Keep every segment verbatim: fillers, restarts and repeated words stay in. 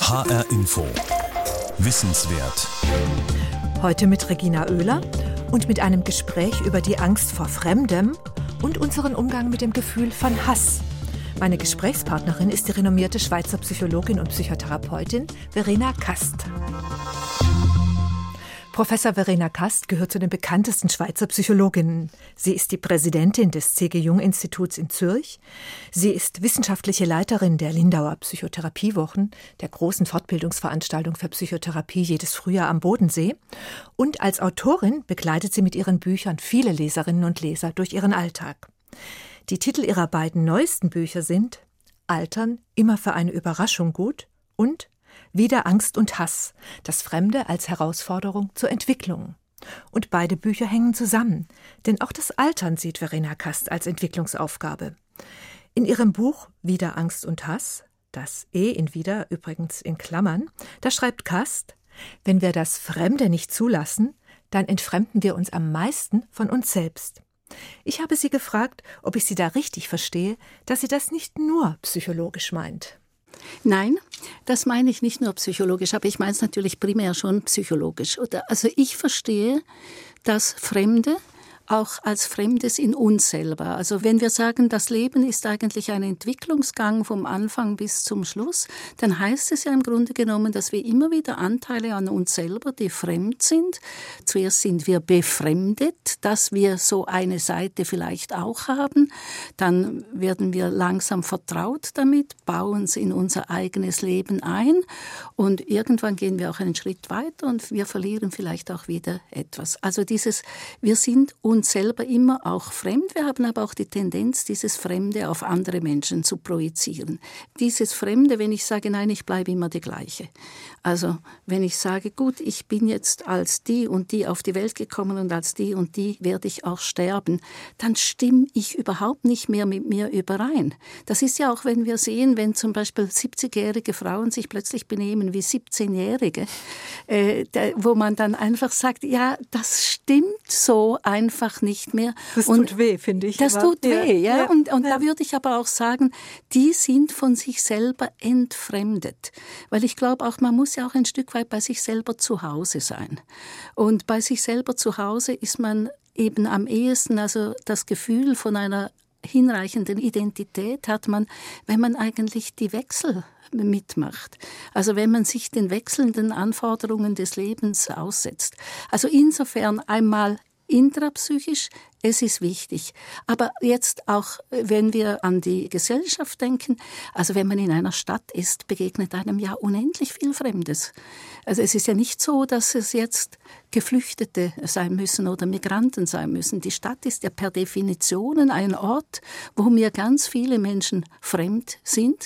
H R Info. Wissenswert. Heute mit Regina Oehler und mit einem Gespräch über die Angst vor Fremdem und unseren Umgang mit dem Gefühl von Hass. Meine Gesprächspartnerin ist die renommierte Schweizer Psychologin und Psychotherapeutin Verena Kast. Professor Verena Kast gehört zu den bekanntesten Schweizer Psychologinnen. Sie ist die Präsidentin des C G Jung-Instituts in Zürich. Sie ist wissenschaftliche Leiterin der Lindauer Psychotherapiewochen, der großen Fortbildungsveranstaltung für Psychotherapie jedes Frühjahr am Bodensee. Und als Autorin begleitet sie mit ihren Büchern viele Leserinnen und Leser durch ihren Alltag. Die Titel ihrer beiden neuesten Bücher sind Altern, immer für eine Überraschung gut und Wieder Angst und Hass, das Fremde als Herausforderung zur Entwicklung. Und beide Bücher hängen zusammen, denn auch das Altern sieht Verena Kast als Entwicklungsaufgabe. In ihrem Buch Wieder Angst und Hass, das E in Wieder übrigens in Klammern, da schreibt Kast: Wenn wir das Fremde nicht zulassen, dann entfremden wir uns am meisten von uns selbst. Ich habe sie gefragt, ob ich sie da richtig verstehe, dass sie das nicht nur psychologisch meint. Nein, das meine ich nicht nur psychologisch, aber ich meine es natürlich primär schon psychologisch. Also ich verstehe das Fremde auch als Fremdes in uns selber. Also wenn wir sagen, das Leben ist eigentlich ein Entwicklungsgang vom Anfang bis zum Schluss, dann heißt es ja im Grunde genommen, dass wir immer wieder Anteile an uns selber, die fremd sind. Zuerst sind wir befremdet, dass wir so eine Seite vielleicht auch haben. Dann werden wir langsam vertraut damit, bauen es in unser eigenes Leben ein und irgendwann gehen wir auch einen Schritt weiter und wir verlieren vielleicht auch wieder etwas. Also dieses, wir sind uns selber immer auch fremd. Wir haben aber auch die Tendenz, dieses Fremde auf andere Menschen zu projizieren. Dieses Fremde, wenn ich sage, nein, ich bleibe immer die Gleiche. Also wenn ich sage, gut, ich bin jetzt als die und die auf die Welt gekommen und als die und die werde ich auch sterben, dann stimme ich überhaupt nicht mehr mit mir überein. Das ist ja auch, wenn wir sehen, wenn zum Beispiel siebzigjährige Frauen sich plötzlich benehmen wie siebzehnjährige, äh, wo man dann einfach sagt, ja, das stimmt so einfach nicht mehr. Das und tut weh, finde ich. Das aber. tut weh, ja. ja. Und, und ja. da würde ich aber auch sagen, die sind von sich selber entfremdet. Weil ich glaube auch, man muss ja auch ein Stück weit bei sich selber zu Hause sein. Und bei sich selber zu Hause ist man eben am ehesten, also das Gefühl von einer hinreichenden Identität hat man, wenn man eigentlich die Wechsel mitmacht. Also wenn man sich den wechselnden Anforderungen des Lebens aussetzt. Also insofern einmal intrapsychisch, es ist wichtig. Aber jetzt auch, wenn wir an die Gesellschaft denken, also wenn man in einer Stadt ist, begegnet einem ja unendlich viel Fremdes. Also es ist ja nicht so, dass es jetzt Geflüchtete sein müssen oder Migranten sein müssen. Die Stadt ist ja per Definition ein Ort, wo mir ganz viele Menschen fremd sind.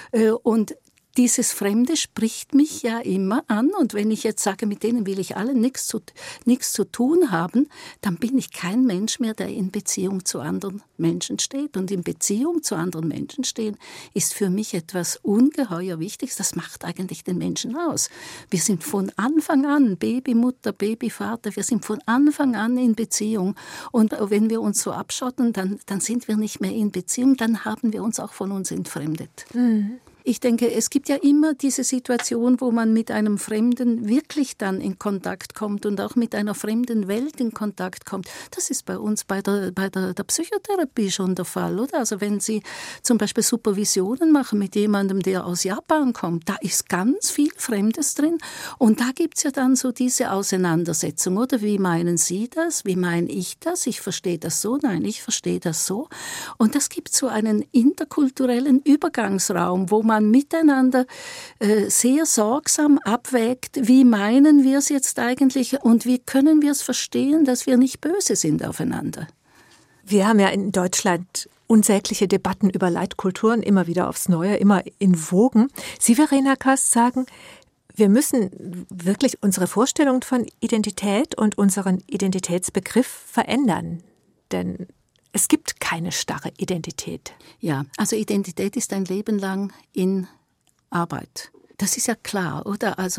Und dieses Fremde spricht mich ja immer an und wenn ich jetzt sage, mit denen will ich alle nichts zu, nichts zu tun haben, dann bin ich kein Mensch mehr, der in Beziehung zu anderen Menschen steht. Und in Beziehung zu anderen Menschen stehen ist für mich etwas ungeheuer Wichtiges. Das macht eigentlich den Menschen aus. Wir sind von Anfang an Babymutter, Babyvater, wir sind von Anfang an in Beziehung. Und wenn wir uns so abschotten, dann, dann sind wir nicht mehr in Beziehung, dann haben wir uns auch von uns entfremdet. Mhm. Ich denke, es gibt ja immer diese Situation, wo man mit einem Fremden wirklich dann in Kontakt kommt und auch mit einer fremden Welt in Kontakt kommt. Das ist bei uns bei der, bei der, der Psychotherapie schon der Fall, oder? Also wenn Sie zum Beispiel Supervisionen machen mit jemandem, der aus Japan kommt, da ist ganz viel Fremdes drin und da gibt es ja dann so diese Auseinandersetzung, oder? Wie meinen Sie das? Wie meine ich das? Ich verstehe das so, nein, ich verstehe das so. Und das gibt so einen interkulturellen Übergangsraum, wo man man miteinander äh, sehr sorgsam abwägt, wie meinen wir es jetzt eigentlich und wie können wir es verstehen, dass wir nicht böse sind aufeinander. Wir haben ja in Deutschland unsägliche Debatten über Leitkulturen, immer wieder aufs Neue, immer in Wogen. Sie, Verena Kast, sagen, wir müssen wirklich unsere Vorstellung von Identität und unseren Identitätsbegriff verändern, denn es gibt keine starre Identität. Ja, also Identität ist ein Leben lang in Arbeit. Das ist ja klar, oder? Also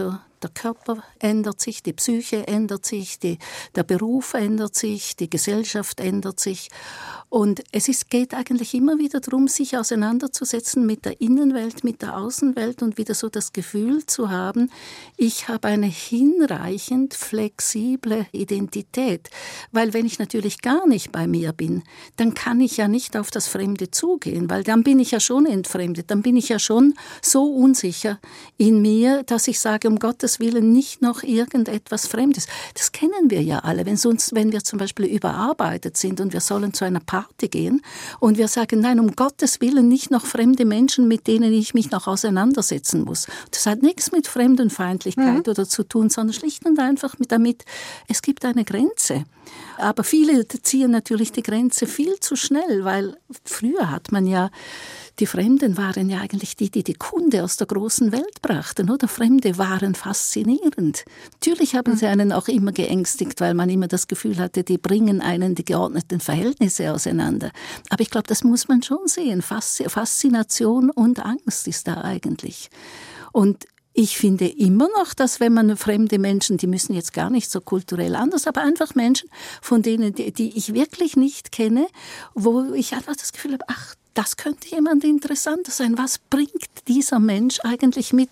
Der Körper ändert sich, die Psyche ändert sich, die, der Beruf ändert sich, die Gesellschaft ändert sich. Und es ist, geht eigentlich immer wieder darum, sich auseinanderzusetzen mit der Innenwelt, mit der Außenwelt und wieder so das Gefühl zu haben, ich habe eine hinreichend flexible Identität. Weil wenn ich natürlich gar nicht bei mir bin, dann kann ich ja nicht auf das Fremde zugehen, weil dann bin ich ja schon entfremdet, dann bin ich ja schon so unsicher in mir, dass ich sage, um Gottes Willen nicht noch irgendetwas Fremdes. Das kennen wir ja alle. Wenn, sonst, wenn wir zum Beispiel überarbeitet sind und wir sollen zu einer Party gehen und wir sagen, nein, um Gottes Willen nicht noch fremde Menschen, mit denen ich mich noch auseinandersetzen muss. Das hat nichts mit Fremdenfeindlichkeit mhm. oder zu tun, sondern schlicht und einfach mit damit, es gibt eine Grenze. Aber viele ziehen natürlich die Grenze viel zu schnell, weil früher hat man ja, die Fremden waren ja eigentlich die, die die Kunde aus der großen Welt brachten, oder? Fremde waren faszinierend. Natürlich haben sie einen auch immer geängstigt, weil man immer das Gefühl hatte, die bringen einen die geordneten Verhältnisse auseinander. Aber ich glaube, das muss man schon sehen. Faszination und Angst ist da eigentlich. Und ich finde immer noch, dass wenn man fremde Menschen, die müssen jetzt gar nicht so kulturell anders, aber einfach Menschen, von denen, die, die ich wirklich nicht kenne, wo ich einfach das Gefühl habe, ach, das könnte jemand interessanter sein. Was bringt dieser Mensch eigentlich mit?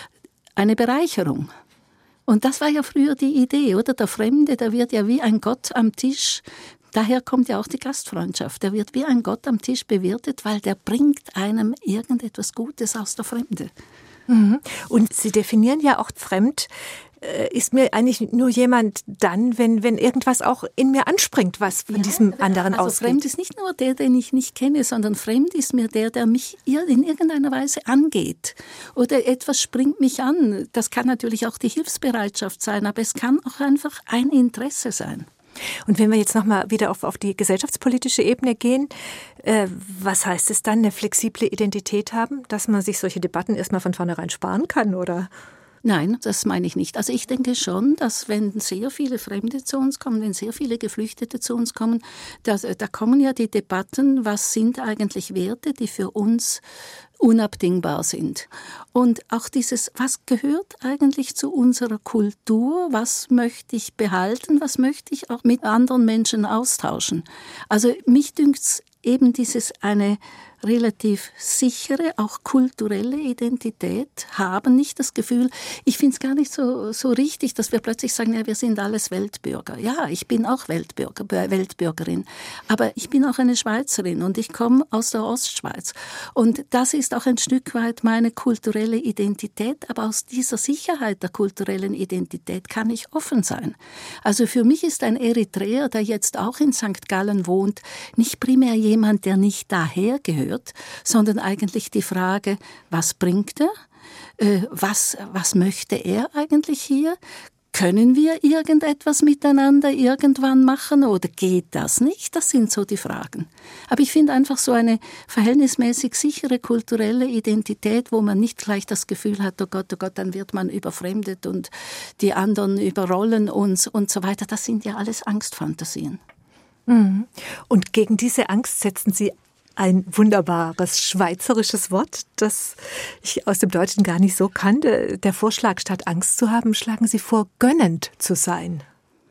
Eine Bereicherung. Und das war ja früher die Idee, oder? Der Fremde, der wird ja wie ein Gott am Tisch. Daher kommt ja auch die Gastfreundschaft. Der wird wie ein Gott am Tisch bewirtet, weil der bringt einem irgendetwas Gutes aus der Fremde. Mhm. Und Sie definieren ja auch fremd, äh, ist mir eigentlich nur jemand dann, wenn, wenn irgendwas auch in mir anspringt, was von ja, diesem anderen also ausgeht. Fremd ist nicht nur der, den ich nicht kenne, sondern fremd ist mir der, der mich in irgendeiner Weise angeht. Oder etwas springt mich an. Das kann natürlich auch die Hilfsbereitschaft sein, aber es kann auch einfach ein Interesse sein. Und wenn wir jetzt nochmal wieder auf, auf die gesellschaftspolitische Ebene gehen, äh, was heißt es dann, eine flexible Identität haben, dass man sich solche Debatten erstmal von vornherein sparen kann, oder? Nein, das meine ich nicht. Also ich denke schon, dass wenn sehr viele Fremde zu uns kommen, wenn sehr viele Geflüchtete zu uns kommen, da, da kommen ja die Debatten, was sind eigentlich Werte, die für uns unabdingbar sind. Und auch dieses, was gehört eigentlich zu unserer Kultur, was möchte ich behalten, was möchte ich auch mit anderen Menschen austauschen. Also mich dünkt's eben dieses eine relativ sichere, auch kulturelle Identität haben, nicht das Gefühl, ich finde es gar nicht so, so richtig, dass wir plötzlich sagen, ja, wir sind alles Weltbürger. Ja, ich bin auch Weltbürger, Weltbürgerin, aber ich bin auch eine Schweizerin und ich komme aus der Ostschweiz. Und das ist auch ein Stück weit meine kulturelle Identität, aber aus dieser Sicherheit der kulturellen Identität kann ich offen sein. Also für mich ist ein Eritreer, der jetzt auch in Sankt Gallen wohnt, nicht primär jemand, der nicht daher gehört, sondern eigentlich die Frage, was bringt er? Äh, was, was möchte er eigentlich hier? Können wir irgendetwas miteinander irgendwann machen oder geht das nicht? Das sind so die Fragen. Aber ich finde einfach so eine verhältnismäßig sichere kulturelle Identität, wo man nicht gleich das Gefühl hat, oh Gott, oh Gott, dann wird man überfremdet und die anderen überrollen uns und so weiter. Das sind ja alles Angstfantasien. Mhm. Und gegen diese Angst setzen Sie ein wunderbares schweizerisches Wort, das ich aus dem Deutschen gar nicht so kannte. Der Vorschlag, statt Angst zu haben, schlagen Sie vor, gönnend zu sein.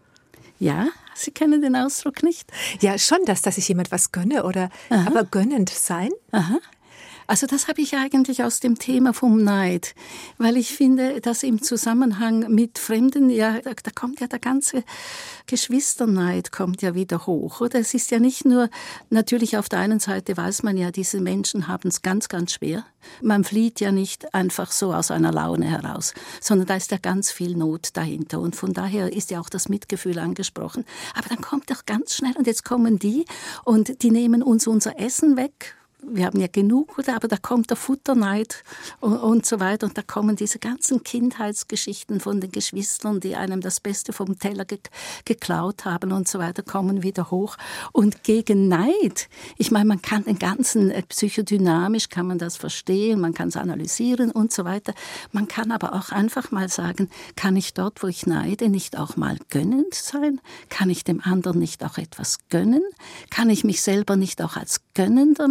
Ja, Sie kennen den Ausdruck nicht? Ja, schon, dass, dass ich jemand was gönne, oder Aha. aber gönnend sein? Aha. Also das habe ich eigentlich aus dem Thema vom Neid, weil ich finde, dass im Zusammenhang mit Fremden, ja, da, da kommt ja der ganze Geschwisterneid kommt ja wieder hoch. Oder es ist ja nicht nur, natürlich auf der einen Seite weiß man ja, diese Menschen haben es ganz, ganz schwer. Man flieht ja nicht einfach so aus einer Laune heraus, sondern da ist ja ganz viel Not dahinter. Und von daher ist ja auch das Mitgefühl angesprochen. Aber dann kommt doch ganz schnell, und jetzt kommen die und die nehmen uns unser Essen weg. Wir haben ja genug, oder? Aber da kommt der Futterneid und, und so weiter. Und da kommen diese ganzen Kindheitsgeschichten von den Geschwistern, die einem das Beste vom Teller ge- geklaut haben und so weiter, kommen wieder hoch. Und gegen Neid, ich meine, man kann den ganzen, äh, psychodynamisch kann man das verstehen, man kann es analysieren und so weiter. Man kann aber auch einfach mal sagen, kann ich dort, wo ich neide, nicht auch mal gönnend sein? Kann ich dem anderen nicht auch etwas gönnen? Kann ich mich selber nicht auch als gönnender Mensch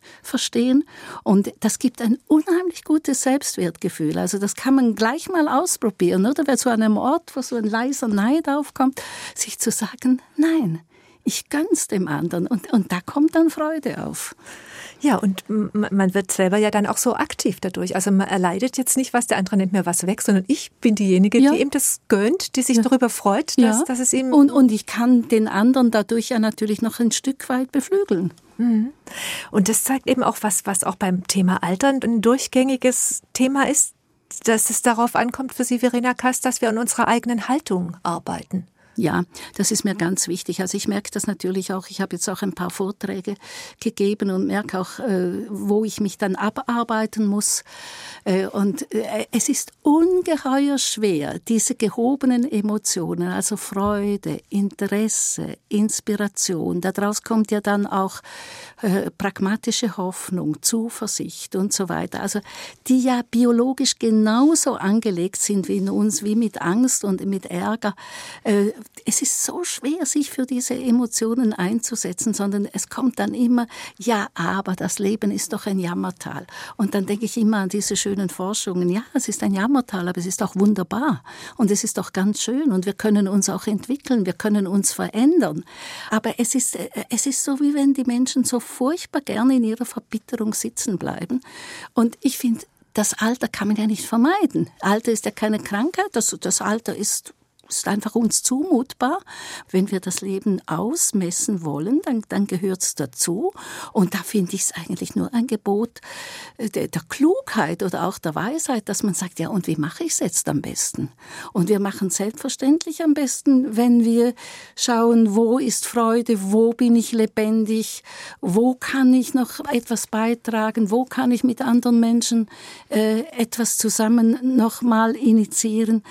verstehen. Und das gibt ein unheimlich gutes Selbstwertgefühl. Also das kann man gleich mal ausprobieren, oder? Bei so einem Ort, wo so ein leiser Neid aufkommt, sich zu sagen, nein, ich gönn's dem anderen. Und, und da kommt dann Freude auf. Ja, und man wird selber ja dann auch so aktiv dadurch. Also man erleidet jetzt nicht, was der andere nimmt mir was weg, sondern ich bin diejenige, ja. die ihm das gönnt, die sich ja. darüber freut, dass, ja. dass es ihm... Und, und ich kann den anderen dadurch ja natürlich noch ein Stück weit beflügeln. Mhm. Und das zeigt eben auch was, was auch beim Thema Altern ein durchgängiges Thema ist, dass es darauf ankommt für Sie, Verena Kast, dass wir an unserer eigenen Haltung arbeiten. Ja, das ist mir ganz wichtig. Also ich merke das natürlich auch. Ich habe jetzt auch ein paar Vorträge gegeben und merke auch, äh, wo ich mich dann abarbeiten muss. Äh, und äh, es ist ungeheuer schwer, diese gehobenen Emotionen, also Freude, Interesse, Inspiration, daraus kommt ja dann auch äh, pragmatische Hoffnung, Zuversicht und so weiter. Also die ja biologisch genauso angelegt sind wie in uns, wie mit Angst und mit Ärger. Äh, Es ist so schwer, sich für diese Emotionen einzusetzen, sondern es kommt dann immer, ja, aber das Leben ist doch ein Jammertal. Und dann denke ich immer an diese schönen Forschungen. Ja, es ist ein Jammertal, aber es ist auch wunderbar. Und es ist doch ganz schön. Und wir können uns auch entwickeln, wir können uns verändern. Aber es ist, es ist so, wie wenn die Menschen so furchtbar gerne in ihrer Verbitterung sitzen bleiben. Und ich finde, das Alter kann man ja nicht vermeiden. Alter ist ja keine Krankheit, das, das Alter ist... ist einfach uns zumutbar. Wenn wir das Leben ausmessen wollen, dann, dann gehört es dazu. Und da finde ich es eigentlich nur ein Gebot der, der Klugheit oder auch der Weisheit, dass man sagt, ja, und wie mache ich es jetzt am besten? Und wir machen es selbstverständlich am besten, wenn wir schauen, wo ist Freude, wo bin ich lebendig, wo kann ich noch etwas beitragen, wo kann ich mit anderen Menschen äh, etwas zusammen nochmal initiieren.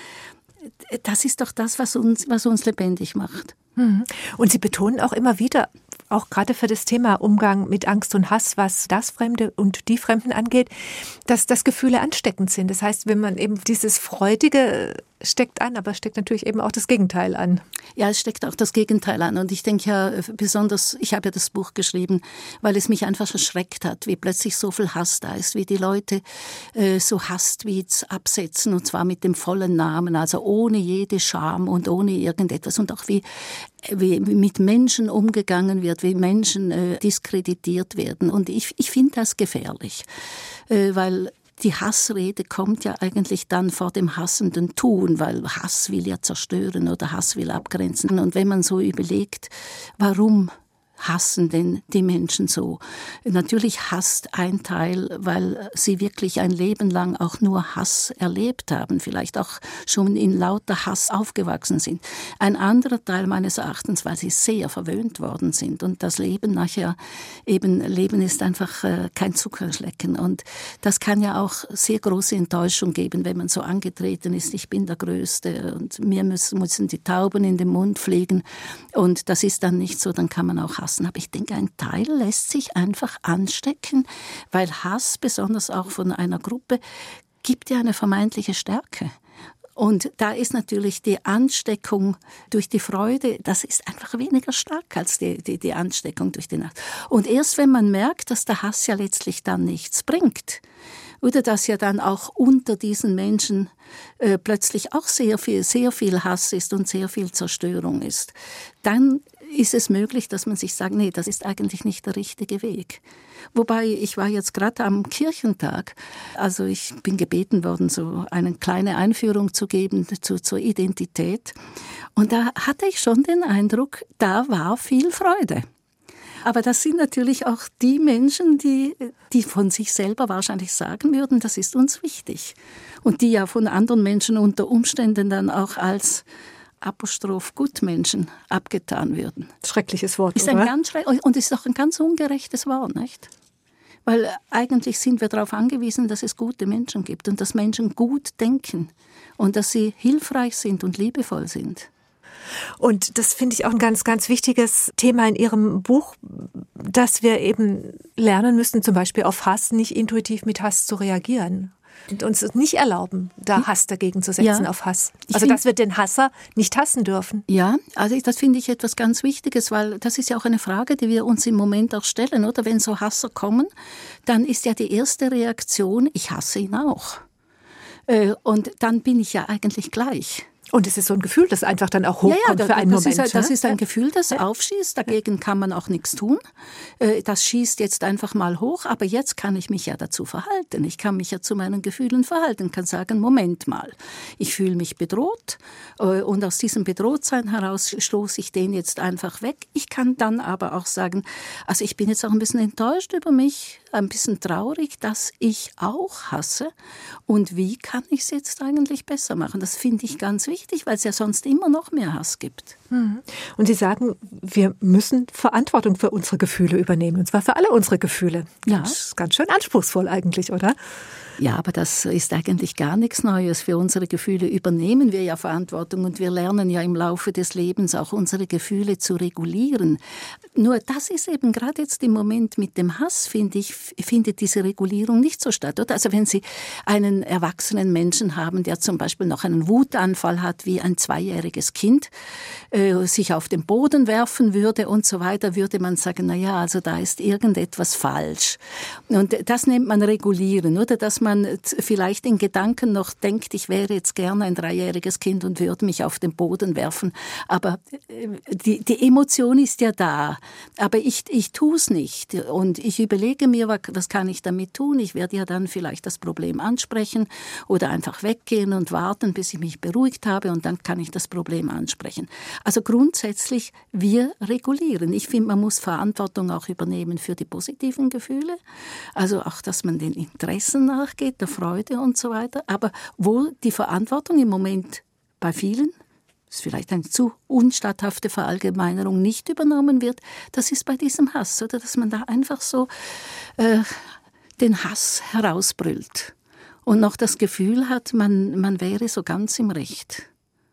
Das ist doch das, was uns, was uns lebendig macht. Und Sie betonen auch immer wieder, auch gerade für das Thema Umgang mit Angst und Hass, was das Fremde und die Fremden angeht, dass das Gefühle ansteckend sind. Das heißt, wenn man eben dieses Freudige steckt an, aber steckt natürlich eben auch das Gegenteil an. Ja, es steckt auch das Gegenteil an. Und ich denke ja besonders, ich habe ja das Buch geschrieben, weil es mich einfach erschreckt hat, wie plötzlich so viel Hass da ist, wie die Leute äh, so Hasstweets absetzen, und zwar mit dem vollen Namen, also ohne jede Scham und ohne irgendetwas. Und auch wie, wie mit Menschen umgegangen wird, wie Menschen äh, diskreditiert werden. Und ich, ich finde das gefährlich, äh, weil die Hassrede kommt ja eigentlich dann vor dem hassenden Tun, weil Hass will ja zerstören oder Hass will abgrenzen. Und wenn man so überlegt, warum hassen denn die Menschen so? Natürlich hasst ein Teil, weil sie wirklich ein Leben lang auch nur Hass erlebt haben, vielleicht auch schon in lauter Hass aufgewachsen sind. Ein anderer Teil meines Erachtens, weil sie sehr verwöhnt worden sind und das Leben nachher eben, Leben ist einfach äh, kein Zuckerschlecken, und das kann ja auch sehr große Enttäuschung geben, wenn man so angetreten ist, ich bin der Größte und mir müssen, müssen die Tauben in den Mund fliegen, und das ist dann nicht so, dann kann man auch hassen. Aber ich denke, ein Teil lässt sich einfach anstecken, weil Hass, besonders auch von einer Gruppe, gibt ja eine vermeintliche Stärke. Und da ist natürlich die Ansteckung durch die Freude, das ist einfach weniger stark als die, die, die Ansteckung durch die Nacht. Und erst wenn man merkt, dass der Hass ja letztlich dann nichts bringt, oder dass ja dann auch unter diesen Menschen äh, plötzlich auch sehr viel, sehr viel Hass ist und sehr viel Zerstörung ist, dann ist es möglich, dass man sich sagt, nee, das ist eigentlich nicht der richtige Weg. Wobei, ich war jetzt gerade am Kirchentag, also ich bin gebeten worden, so eine kleine Einführung zu geben zu, zur Identität. Und da hatte ich schon den Eindruck, da war viel Freude. Aber das sind natürlich auch die Menschen, die, die von sich selber wahrscheinlich sagen würden, das ist uns wichtig. Und die ja von anderen Menschen unter Umständen dann auch als Apostroph Gutmenschen abgetan würden. Schreckliches Wort, ist ein oder? Ganz schreck- und ist auch ein ganz ungerechtes Wort, nicht? Weil eigentlich sind wir darauf angewiesen, dass es gute Menschen gibt und dass Menschen gut denken und dass sie hilfreich sind und liebevoll sind. Und das finde ich auch ein ganz, ganz wichtiges Thema in Ihrem Buch, dass wir eben lernen müssen, zum Beispiel auf Hass nicht intuitiv mit Hass zu reagieren. Und uns es nicht erlauben, da Hass dagegen zu setzen, ja. auf Hass. Also find, dass wir den Hasser nicht hassen dürfen. Ja, also das finde ich etwas ganz Wichtiges, weil das ist ja auch eine Frage, die wir uns im Moment auch stellen, oder? Wenn so Hasser kommen, dann ist ja die erste Reaktion, ich hasse ihn auch. Und dann bin ich ja eigentlich gleich. Und es ist so ein Gefühl, das einfach dann auch hochkommt ja, ja, für einen das Moment. Ist, das ist ein Gefühl, das ja. aufschießt. Dagegen kann man auch nichts tun. Das schießt jetzt einfach mal hoch. Aber jetzt kann ich mich ja dazu verhalten. Ich kann mich ja zu meinen Gefühlen verhalten. Kann sagen, Moment mal, ich fühle mich bedroht. Und aus diesem Bedrohtsein heraus stoße ich den jetzt einfach weg. Ich kann dann aber auch sagen, also ich bin jetzt auch ein bisschen enttäuscht über mich, ein bisschen traurig, dass ich auch hasse. Und wie kann ich es jetzt eigentlich besser machen? Das finde ich ganz wichtig, weil es ja sonst immer noch mehr Hass gibt. Und Sie sagen, wir müssen Verantwortung für unsere Gefühle übernehmen, und zwar für alle unsere Gefühle. Ja. Das ist ganz schön anspruchsvoll eigentlich, oder? Ja, aber das ist eigentlich gar nichts Neues. Für unsere Gefühle übernehmen wir ja Verantwortung und wir lernen ja im Laufe des Lebens auch unsere Gefühle zu regulieren. Nur das ist eben gerade jetzt im Moment mit dem Hass, finde ich, findet diese Regulierung nicht so statt, oder? Also wenn Sie einen erwachsenen Menschen haben, der zum Beispiel noch einen Wutanfall hat, wie ein zweijähriges Kind, äh, sich auf den Boden werfen würde und so weiter, würde man sagen, na ja, also da ist irgendetwas falsch. Und das nennt man regulieren, oder? Dass man vielleicht in Gedanken noch denkt, ich wäre jetzt gerne ein dreijähriges Kind und würde mich auf den Boden werfen. Aber die, die Emotion ist ja da. Aber ich, ich tue es nicht. Und ich überlege mir, was kann ich damit tun? Ich werde ja dann vielleicht das Problem ansprechen oder einfach weggehen und warten, bis ich mich beruhigt habe und dann kann ich das Problem ansprechen. Also grundsätzlich, wir regulieren. Ich finde, man muss Verantwortung auch übernehmen für die positiven Gefühle. Also auch, dass man den Interessen nachgeht, der Freude und so weiter. Aber wo die Verantwortung im Moment bei vielen, das ist vielleicht eine zu unstatthafte Verallgemeinerung, nicht übernommen wird, das ist bei diesem Hass, oder? Dass man da einfach so äh, den Hass herausbrüllt und noch das Gefühl hat, man, man wäre so ganz im Recht.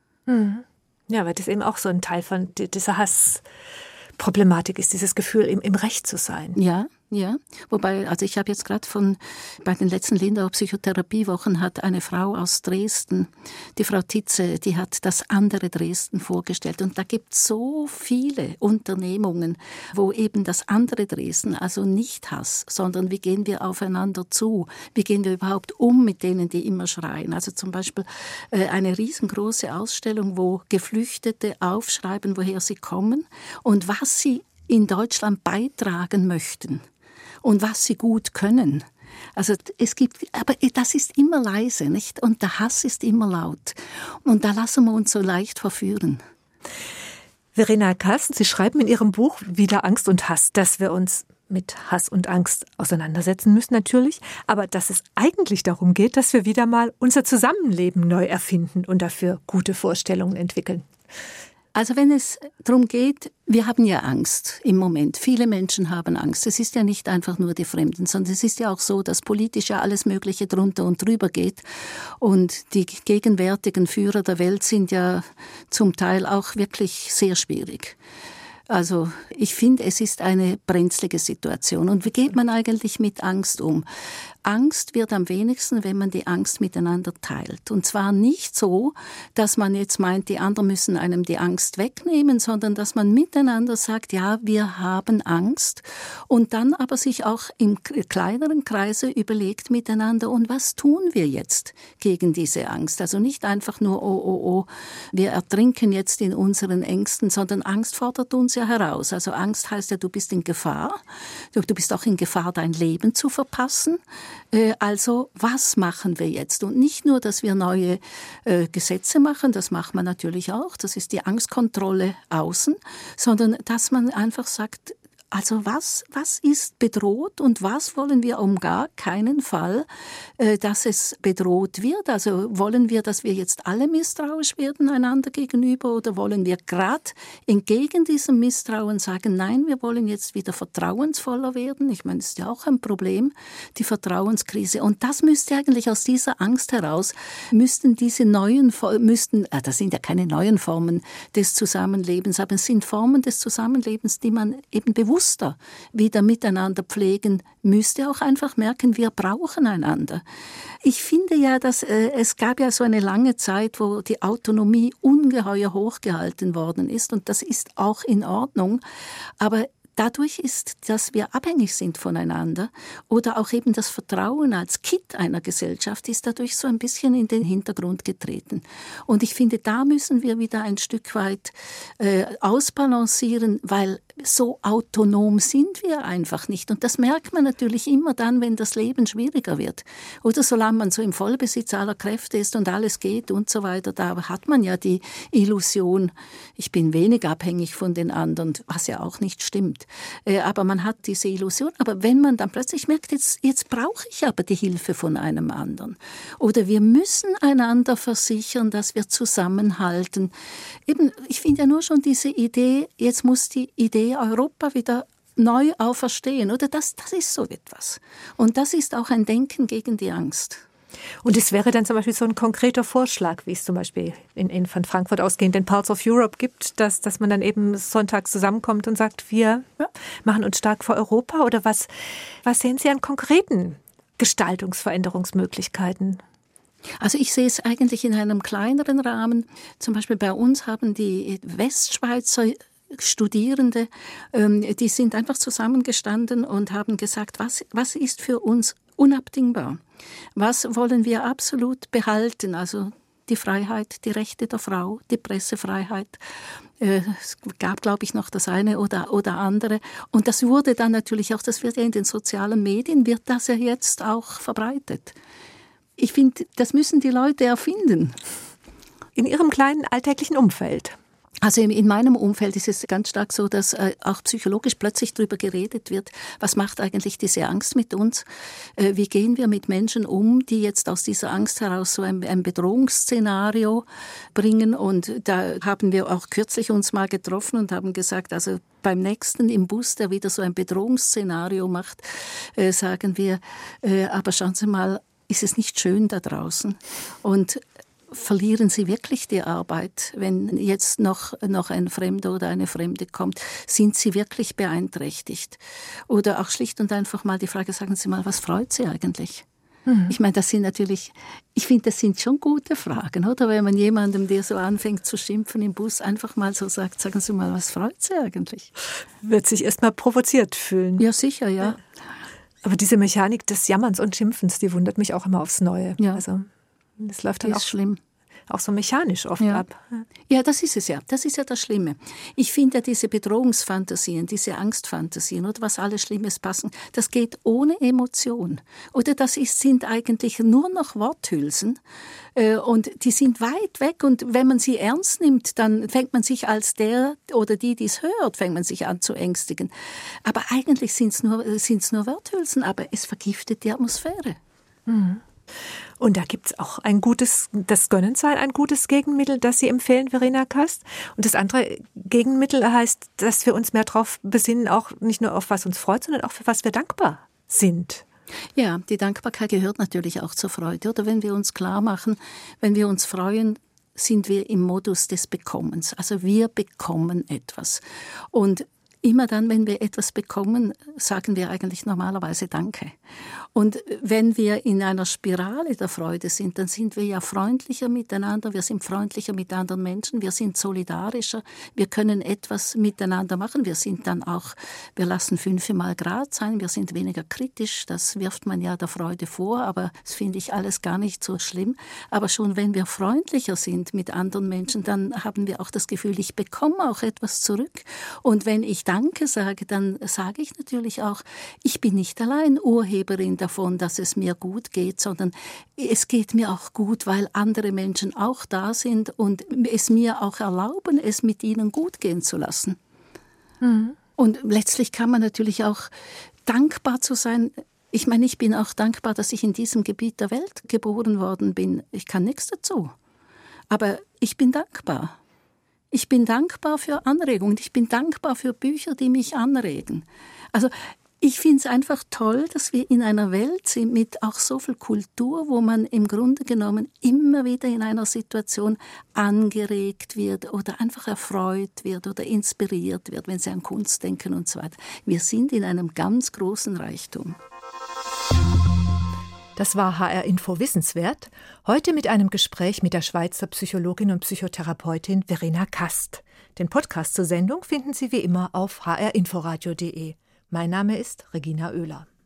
Hm. Ja, weil das eben auch so ein Teil von dieser Hassproblematik ist, dieses Gefühl, im, im Recht zu sein. Ja. Ja, wobei, also ich habe jetzt gerade von, bei den letzten Lindauer Psychotherapiewochen hat eine Frau aus Dresden, die Frau Titze, die hat das andere Dresden vorgestellt. Und da gibt es so viele Unternehmungen, wo eben das andere Dresden, also nicht Hass, sondern wie gehen wir aufeinander zu? Wie gehen wir überhaupt um mit denen, die immer schreien? Also zum Beispiel äh, eine riesengroße Ausstellung, wo Geflüchtete aufschreiben, woher sie kommen und was sie in Deutschland beitragen möchten. Und was sie gut können. Also es gibt, aber das ist immer leise, nicht? Und der Hass ist immer laut. Und da lassen wir uns so leicht verführen. Verena Kast, Sie schreiben in Ihrem Buch Wieder Angst und Hass, dass wir uns mit Hass und Angst auseinandersetzen müssen natürlich, aber dass es eigentlich darum geht, dass wir wieder mal unser Zusammenleben neu erfinden und dafür gute Vorstellungen entwickeln. Also wenn es darum geht, wir haben ja Angst im Moment. Viele Menschen haben Angst. Es ist ja nicht einfach nur die Fremden, sondern es ist ja auch so, dass politisch ja alles Mögliche drunter und drüber geht. Und die gegenwärtigen Führer der Welt sind ja zum Teil auch wirklich sehr schwierig. Also ich finde, es ist eine brenzlige Situation. Und wie geht man eigentlich mit Angst um? Angst wird am wenigsten, wenn man die Angst miteinander teilt. Und zwar nicht so, dass man jetzt meint, die anderen müssen einem die Angst wegnehmen, sondern dass man miteinander sagt, ja, wir haben Angst. Und dann aber sich auch im kleineren Kreise überlegt miteinander, und was tun wir jetzt gegen diese Angst? Also nicht einfach nur, oh, oh, oh, wir ertrinken jetzt in unseren Ängsten, sondern Angst fordert uns ja heraus. Also Angst heißt ja, du bist in Gefahr. Du, du bist auch in Gefahr, dein Leben zu verpassen. Also was machen wir jetzt? Und nicht nur, dass wir neue äh, Gesetze machen, das macht man natürlich auch, das ist die Angstkontrolle außen, sondern dass man einfach sagt, also was, was ist bedroht und was wollen wir um gar keinen Fall, äh, dass es bedroht wird? Also wollen wir, dass wir jetzt alle misstrauisch werden einander gegenüber, oder wollen wir gerade entgegen diesem Misstrauen sagen, nein, wir wollen jetzt wieder vertrauensvoller werden? Ich meine, das ist ja auch ein Problem, die Vertrauenskrise. Und das müsste eigentlich aus dieser Angst heraus, müssten diese neuen, müssten, äh, das sind ja keine neuen Formen des Zusammenlebens, aber es sind Formen des Zusammenlebens, die man eben bewusst bewusster wieder miteinander pflegen, müsste auch einfach merken, wir brauchen einander. Ich finde ja, dass äh, es gab ja so eine lange Zeit, wo die Autonomie ungeheuer hochgehalten worden ist und das ist auch in Ordnung, aber dadurch ist, dass wir abhängig sind voneinander oder auch eben das Vertrauen als Kitt einer Gesellschaft ist dadurch so ein bisschen in den Hintergrund getreten. Und ich finde, da müssen wir wieder ein Stück weit äh, ausbalancieren, weil so autonom sind wir einfach nicht. Und das merkt man natürlich immer dann, wenn das Leben schwieriger wird. Oder solange man so im Vollbesitz aller Kräfte ist und alles geht und so weiter, da hat man ja die Illusion, ich bin wenig abhängig von den anderen, was ja auch nicht stimmt. Äh, aber man hat diese Illusion. Aber wenn man dann plötzlich merkt, jetzt, jetzt brauche ich aber die Hilfe von einem anderen. Oder wir müssen einander versichern, dass wir zusammenhalten. Eben, ich finde ja nur schon diese Idee, jetzt muss die Idee Europa wieder neu auferstehen. Oder das, das ist so etwas. Und das ist auch ein Denken gegen die Angst. Und es wäre dann zum Beispiel so ein konkreter Vorschlag, wie es zum Beispiel in, in von Frankfurt ausgehend in Parts of Europe gibt, dass, dass man dann eben sonntags zusammenkommt und sagt, wir ja, machen uns stark für Europa. Oder was, was sehen Sie an konkreten Gestaltungsveränderungsmöglichkeiten? Also ich sehe es eigentlich in einem kleineren Rahmen. Zum Beispiel bei uns haben die Westschweizer Studierende, die sind einfach zusammengestanden und haben gesagt, was, was ist für uns unabdingbar? Was wollen wir absolut behalten? Also die Freiheit, die Rechte der Frau, die Pressefreiheit. Es gab, glaube ich, noch das eine oder, oder andere. Und das wurde dann natürlich auch, das wird ja in den sozialen Medien, wird das ja jetzt auch verbreitet. Ich finde, das müssen die Leute erfinden. In ihrem kleinen alltäglichen Umfeld. Also in meinem Umfeld ist es ganz stark so, dass äh, auch psychologisch plötzlich darüber geredet wird, was macht eigentlich diese Angst mit uns? Äh, wie gehen wir mit Menschen um, die jetzt aus dieser Angst heraus so ein, ein Bedrohungsszenario bringen? Und da haben wir auch kürzlich uns mal getroffen und haben gesagt, also beim nächsten im Bus, der wieder so ein Bedrohungsszenario macht, äh, sagen wir, äh, aber schauen Sie mal, ist es nicht schön da draußen? Und verlieren Sie wirklich die Arbeit, wenn jetzt noch, noch ein Fremder oder eine Fremde kommt? Sind Sie wirklich beeinträchtigt? Oder auch schlicht und einfach mal die Frage, sagen Sie mal, was freut Sie eigentlich? Mhm. Ich meine, das sind natürlich, ich finde, das sind schon gute Fragen, oder? Wenn man jemandem, der so anfängt zu schimpfen im Bus, einfach mal so sagt, sagen Sie mal, was freut Sie eigentlich? Wird sich erst mal provoziert fühlen. Ja, sicher, ja. Aber diese Mechanik des Jammerns und Schimpfens, die wundert mich auch immer aufs Neue. Ja. Also das läuft dann die auch ist schlimm. Auch so mechanisch oft ja. ab. Ja, das ist es ja. Das ist ja das Schlimme. Ich finde ja diese Bedrohungsfantasien, diese Angstfantasien oder was alles Schlimmes passen, das geht ohne Emotion. Oder das ist, sind eigentlich nur noch Worthülsen äh, und die sind weit weg und wenn man sie ernst nimmt, dann fängt man sich als der oder die, die es hört, fängt man sich an zu ängstigen. Aber eigentlich sind es nur, sind's nur Worthülsen, aber es vergiftet die Atmosphäre. Mhm. Und da gibt es auch ein gutes, das Gönnen sei ein gutes Gegenmittel, das Sie empfehlen, Verena Kast. Und das andere Gegenmittel heißt, dass wir uns mehr darauf besinnen, auch nicht nur auf was uns freut, sondern auch für was wir dankbar sind. Ja, die Dankbarkeit gehört natürlich auch zur Freude. Oder wenn wir uns klar machen, wenn wir uns freuen, sind wir im Modus des Bekommens. Also wir bekommen etwas. Und immer dann, wenn wir etwas bekommen, sagen wir eigentlich normalerweise Danke. Und wenn wir in einer Spirale der Freude sind, dann sind wir ja freundlicher miteinander, wir sind freundlicher mit anderen Menschen, wir sind solidarischer, wir können etwas miteinander machen, wir sind dann auch, wir lassen fünfmal Grad sein, wir sind weniger kritisch, das wirft man ja der Freude vor, aber das finde ich alles gar nicht so schlimm. Aber schon wenn wir freundlicher sind mit anderen Menschen, dann haben wir auch das Gefühl, ich bekomme auch etwas zurück. Und wenn ich Danke sage, dann sage ich natürlich auch, ich bin nicht allein Urheberin davon, dass es mir gut geht, sondern es geht mir auch gut, weil andere Menschen auch da sind und es mir auch erlauben, es mit ihnen gut gehen zu lassen. Mhm. Und letztlich kann man natürlich auch dankbar zu sein. Ich meine, ich bin auch dankbar, dass ich in diesem Gebiet der Welt geboren worden bin. Ich kann nichts dazu. Aber ich bin dankbar. Ich bin dankbar für Anregungen. Ich bin dankbar für Bücher, die mich anregen. Also Ich finde es einfach toll, dass wir in einer Welt sind mit auch so viel Kultur, wo man im Grunde genommen immer wieder in einer Situation angeregt wird oder einfach erfreut wird oder inspiriert wird, wenn Sie an Kunst denken und so weiter. Wir sind in einem ganz großen Reichtum. Das war H R Info Wissenswert, heute mit einem Gespräch mit der Schweizer Psychologin und Psychotherapeutin Verena Kast. Den Podcast zur Sendung finden Sie wie immer auf h r inforadio punkt d e. Mein Name ist Regina Oehler.